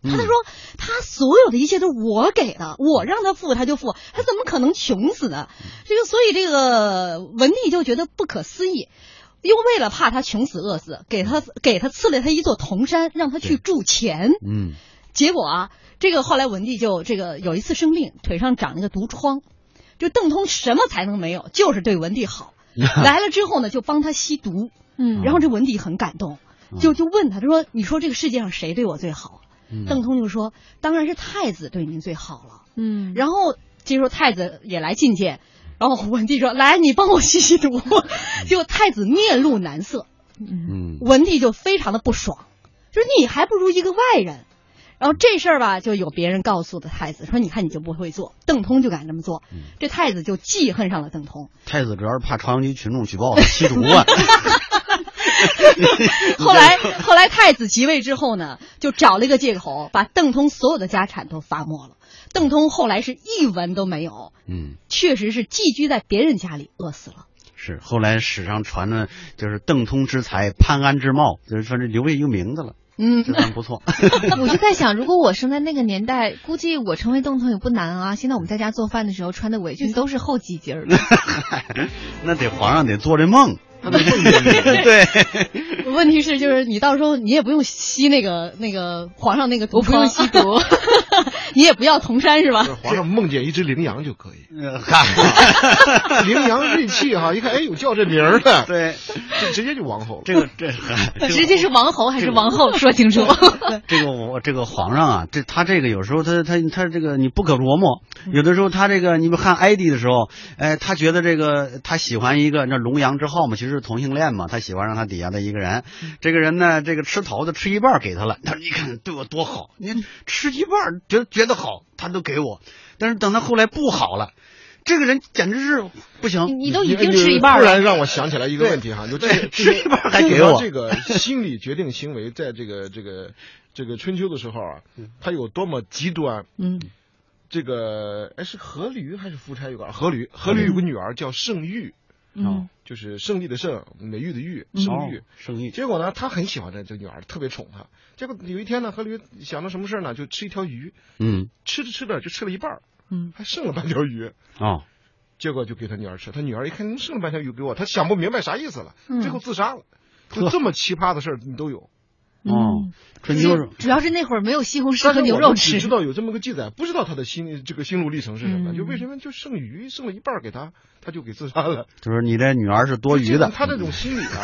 他说他所有的一切都是我给的，我让他富他就富，他怎么可能穷死呢？这个所以这个文帝就觉得不可思议，又为了怕他穷死饿死，给他给他赐了他一座铜山，让他去铸钱。 嗯， 结果啊，这个后来文帝就这个有一次生病，腿上长那个毒疮，就邓通什么才能没有，就是对文帝好。来了之后呢，就帮他吸毒。嗯，然后这文帝很感动，就就问他，他说：“你说这个世界上谁对我最好？”嗯、邓通就说：“当然是太子对您最好了。”嗯，然后这时候太子也来觐见，然后文帝说：“来，你帮我吸吸毒。”结果太子面露难色，嗯，文帝就非常的不爽，说：“你还不如一个外人。”然后这事儿吧，就有别人告诉的太子说：“你看你就不会做。”邓通就敢这么做，嗯、这太子就记恨上了邓通。 太子主要是怕朝阳区群众举报他吸毒啊。 后来，后来太子即位之后呢，就找了一个借口，把邓通所有的家产都发没了。邓通后来是一文都没有，嗯，确实是寄居在别人家里饿死了。 是，后来史上传的就是邓通之才，潘安之貌，就是说这留下一个名字了。嗯，这算不错。 我就在想，如果我生在那个年代，估计我成为邓通也不难啊。现在我们在家做饭的时候穿的围裙都是厚几截儿的。 那得皇上得做这梦。对， 问题是就是你到时候你也不用吸那个那个皇上那个毒， 我不用吸毒， 你也不要铜山是吧？ 皇上梦见一只羚羊就可以。羚羊锐气哈，一看哎有叫这名儿的， 对， 就直接就王后。 这个这直接是王侯还是王后？说清楚。 这个我这个皇上啊，这他这个有时候他他他这个你不可琢磨，有的时候他这个你们看艾迪的时候，哎，他觉得这个他喜欢一个那龙阳之好嘛，其实。是同性恋嘛，他喜欢上他底下的一个人，这个人呢，这个吃桃子吃一半给他了，他说你看对我多好，你吃一半觉得觉得好，他都给我，但是等他后来不好了，这个人简直是不行， 你, 你都已经吃一半了。 突然让我想起来一个问题哈，就这吃一半还给我， 这个心理决定行为，在这个这个这个春秋的时候啊，他有多么极端？嗯，这个哎是阖闾还是夫差有个阖闾，阖闾有个女儿叫盛玉。嗯，就是胜利的胜，美玉的玉，盛玉， 盛玉。 结果呢，他很喜欢这这女儿，特别宠她。结果有一天呢，阖闾想到什么事呢？就吃一条鱼，嗯，吃着吃着就吃了一半，嗯，还剩了半条鱼啊。结果就给他女儿吃，他女儿一看剩了半条鱼给我，他想不明白啥意思了，最后自杀了。就这么奇葩的事儿你都有。 哦，春秋主要是那会儿没有西红柿和牛肉吃， 只知道有这么个记载，不知道他的心这个心路历程是什么。嗯、就为什么就剩鱼剩了一半给他，他就给自杀了？ 就是你的女儿是多余的， 他这种心理啊，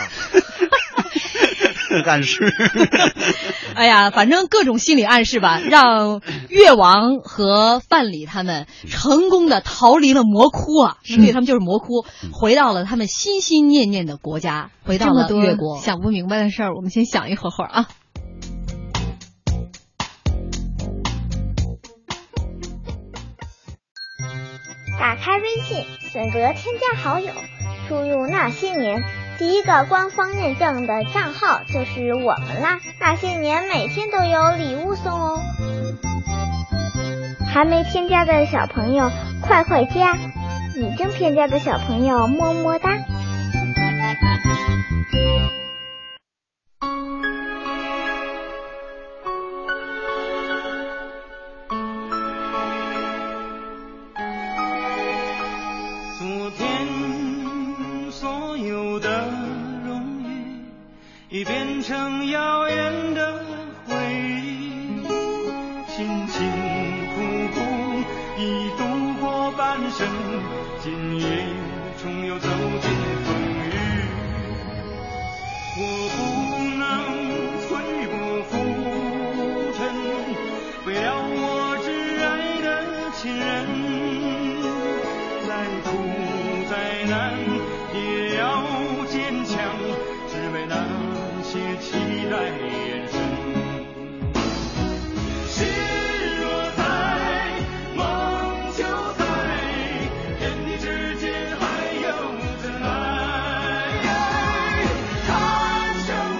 暗示。 哎呀，反正各种心理暗示吧，让越王和范蠡他们成功的逃离了魔窟啊，所以他们就是魔窟，回到了他们心心念念的国家，回到了越国。 想不明白的事儿，我们先想一会儿会儿啊。 打开微信，选择添加好友，输入那些年，第一个官方认证的账号就是我们啦。那些年每天都有礼物送哦。还没添加的小朋友快快加，已经添加的小朋友么么哒。 已变成遥远的回忆，辛辛苦苦已度过半生，今夜终又走进风雨。我不能随波浮沉，为了我挚爱的亲人，再苦再难也要坚强，只为那些期待眼神。心若在，梦就在，天地之间还有真爱。看生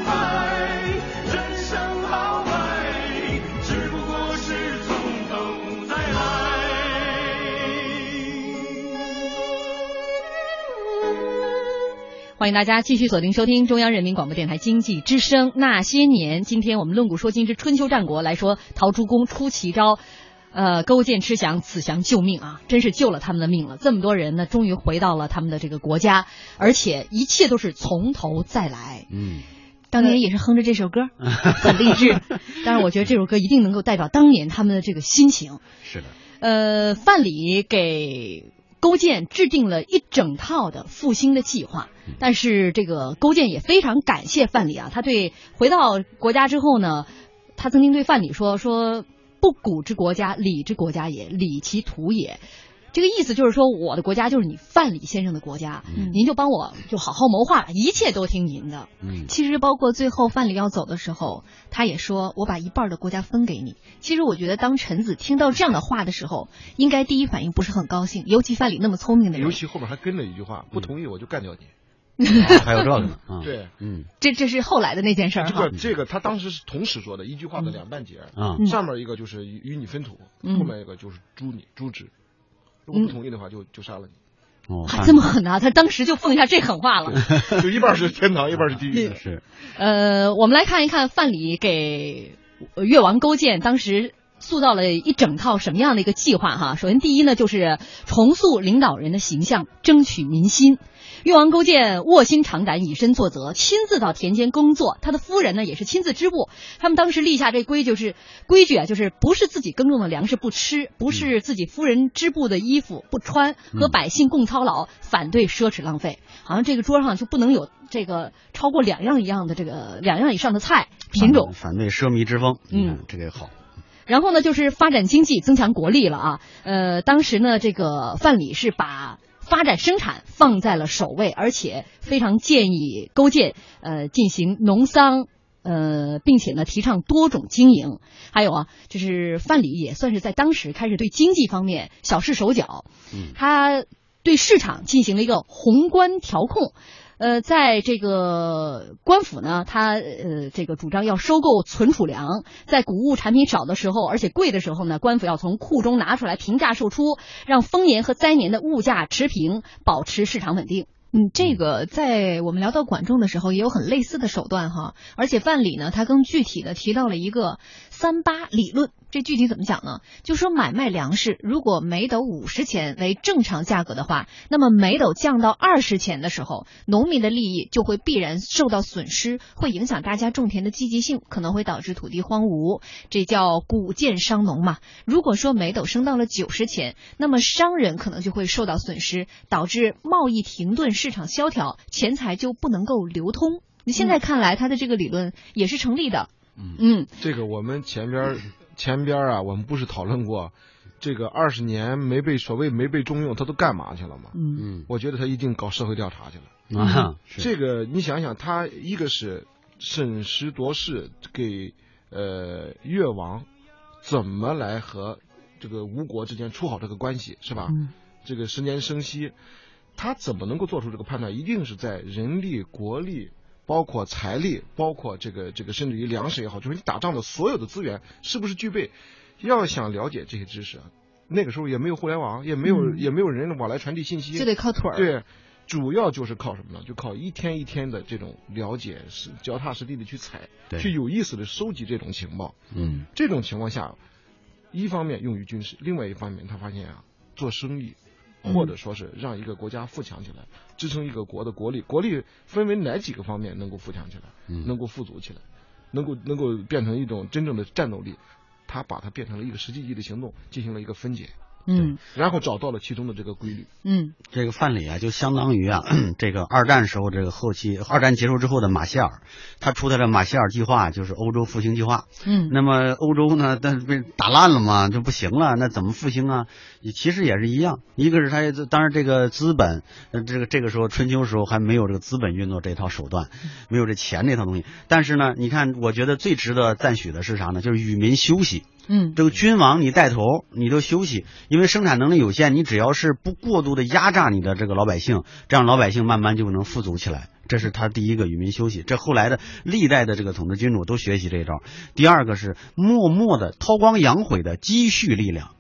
欢迎大家继续锁定收听中央人民广播电台经济之声那些年。今天我们论古说今之春秋战国来说陶朱公出奇招，呃，勾践吃降，此降救命啊，真是救了他们的命了。这么多人呢，终于回到了他们的这个国家，而且一切都是从头再来。 嗯， 当年也是哼着这首歌，很励志。 当然，我觉得这首歌一定能够代表当年他们的这个心情。 是的。 呃，范蠡给勾践制定了一整套的复兴的计划，但是这个勾践也非常感谢范蠡啊，他对回到国家之后呢，他曾经对范蠡说说不古之国家，礼之国家也，礼其土也。这个意思就是说，我的国家就是你范蠡先生的国家，嗯、您就帮我就好好谋划吧，一切都听您的。 嗯，其实包括最后范蠡要走的时候，他也说我把一半的国家分给你。其实我觉得当臣子听到这样的话的时候，应该第一反应不是很高兴，尤其范蠡那么聪明的人， 尤其后面还跟了一句话，不同意我就干掉你。 嗯啊、还有这个呢， 啊、对， 嗯，这这是后来的那件事儿。 这个这个他当时是同时说的，一句话的两半截， 啊、 嗯，上面一个就是与你分土， 嗯、 后面一个就是诛你诛之。如果不同意的话就，就就杀了你。 哦， 这么狠啊！他当时就奉下这狠话了。 就一半是天堂，一半是地狱。 是。 呃，我们来看一看范蠡给越王勾践当时塑造了一整套什么样的一个计划哈。首先，第一呢，就是重塑领导人的形象，争取民心。越王勾践卧薪尝胆，以身作则，亲自到田间工作。他的夫人呢，也是亲自织布。他们当时立下这规矩是规矩啊，就是不是自己耕种的粮食不吃，不是自己夫人织布的衣服不穿，和百姓共操劳，反对奢侈浪费。好像这个桌上就不能有这个超过两样一样的这个两样以上的菜品种， 反对奢靡之风。嗯，这个好。 然后呢，就是发展经济，增强国力了啊。呃，当时呢，这个范蠡是把发展生产放在了首位，而且非常建议勾践呃进行农桑，呃，并且呢提倡多种经营。还有啊，就是范蠡也算是在当时开始对经济方面小试手脚， 嗯， 他对市场进行了一个宏观调控。呃，在这个官府呢，他呃这个主张要收购存储粮，在谷物产品少的时候，而且贵的时候呢，官府要从库中拿出来平价售出，让丰年和灾年的物价持平，保持市场稳定。 嗯，这个在我们聊到管仲的时候也有很类似的手段哈，而且范蠡呢，他更具体的提到了一个三八理论。这具体怎么讲呢？就说买卖粮食，如果每斗五十钱为正常价格的话，那么每斗降到二十钱的时候，农民的利益就会必然受到损失，会影响大家种田的积极性，可能会导致土地荒芜，这叫谷贱伤农嘛。如果说每斗升到了九十钱，那么商人可能就会受到损失，导致贸易停顿，市场萧条，钱财就不能够流通。你现在看来，他的这个理论也是成立的。 嗯嗯， 这个我们前边前边啊，我们不是讨论过，这个二十年没被所谓没被重用，他都干嘛去了吗？ 嗯嗯， 我觉得他一定搞社会调查去了。 啊， 这个你想想，他一个是审时度势，给呃越王怎么来和这个吴国之间处好这个关系，是吧？ 嗯， 这个十年生息，他怎么能够做出这个判断？一定是在人力、国力，包括财力，包括这个这个甚至于粮食也好，就是你打仗的所有的资源是不是具备？要想了解这些知识啊，那个时候也没有互联网，也没有、嗯、也没有人往来传递信息， 就得靠腿儿。 对，主要就是靠什么呢？就靠一天一天的这种了解，是脚踏实地的去采，去有意思的收集这种情报。 嗯， 这种情况下，一方面用于军事，另外一方面他发现啊，做生意。或者说是让一个国家富强起来，支撑一个国的国力，国力分为哪几个方面能够富强起来， 嗯、 能够富足起来，能够能够变成一种真正的战斗力，他把它变成了一个实际意义的行动，进行了一个分解。 嗯， 然后找到了其中的这个规律。 嗯， 这个范蠡啊，就相当于啊，这个二战时候这个后期，二战结束之后的马歇尔，他出的这马歇尔计划就是欧洲复兴计划。 嗯， 那么欧洲呢，但是被打烂了嘛，就不行了，那怎么复兴啊？其实也是一样，一个是他当然这个资本，这个这个时候春秋时候还没有这个资本运作这套手段，没有这钱这套东西。但是呢，你看，我觉得最值得赞许的是啥呢？就是与民休息。 嗯， 这个君王你带头，你都休息，因为生产能力有限，你只要是不过度的压榨你的这个老百姓，这样老百姓慢慢就能富足起来。这是他第一个与民休息，这后来的历代的这个统治君主都学习这一招。第二个是默默的韬光养晦的积蓄力量。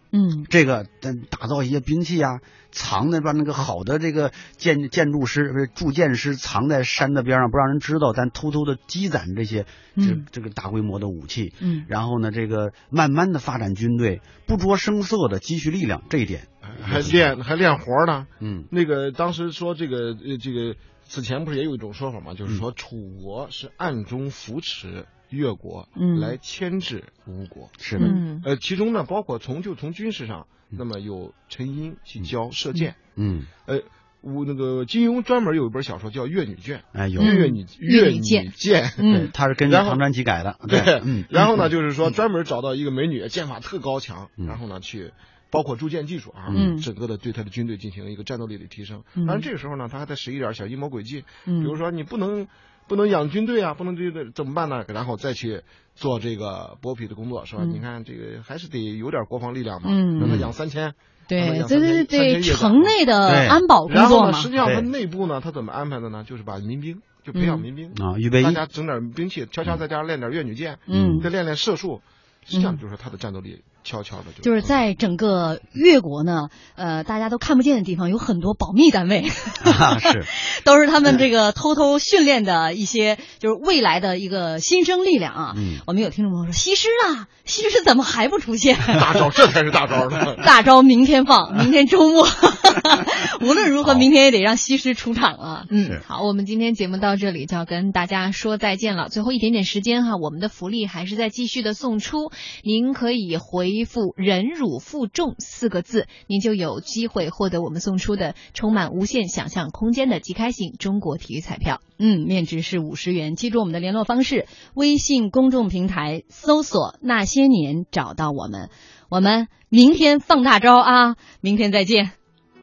嗯， 这个打造一些兵器啊，藏在把那个好的这个建建筑师不是铸剑师藏在山的边上，不让人知道，咱偷偷的积攒这些这、嗯、这个大规模的武器。 嗯， 然后呢，这个慢慢的发展军队，不着声色的积蓄力量，这一点还练还练活呢。 嗯， 那个当时说这个呃这个此前不是也有一种说法嘛，就是说楚国是暗中扶持越国来牵制吴国。 嗯、是的。 嗯， 呃，其中呢包括从就从军事上，那么有陈英去教射箭。 嗯， 呃。我那个金庸专门有一本小说叫《越女卷》， 哎，有越女越女剑， 对，他是根据唐传奇改的， 对， 嗯， 然后呢，就是说专门找到一个美女，剑法特高强，然后呢去包括铸剑技术啊， 嗯， 整个的对他的军队进行一个战斗力的提升。 当然这个时候呢，他还在使一点小阴谋诡计，比如说你不能不能养军队啊，不能这个怎么办呢？然后再去做这个剥皮的工作，是吧？你看这个还是得有点国防力量嘛， 嗯， 让他养三千。 对，这是对城内的安保工作嘛。 然后呢，实际上他内部呢，他怎么安排的呢？就是把民兵就培养民兵啊，预备役， 大家整点兵器，悄悄在家练点越女剑， 嗯， 再练练射术，这样就是他的战斗力悄悄的就。 就是在整个越国呢，呃，大家都看不见的地方有很多保密单位， 啊、是， 都是他们这个偷偷训练的一些，就是未来的一个新生力量啊。 嗯， 我们有听众朋友说，西施啊，西施怎么还不出现？ 大招，这才是大招呢！ 大招明天放，明天周末，无论如何，明天也得让西施出场啊。 嗯，好，我们今天节目到这里就要跟大家说再见了。最后一点点时间哈，我们的福利还是在继续的送出，您可以回复忍辱负重四个字，您就有机会获得我们送出的充满无限想象空间的即开型中国体育彩票。 嗯，面值是五十元。记住我们的联络方式，微信公众平台搜索那些年找到我们。我们明天放大招啊，明天再见。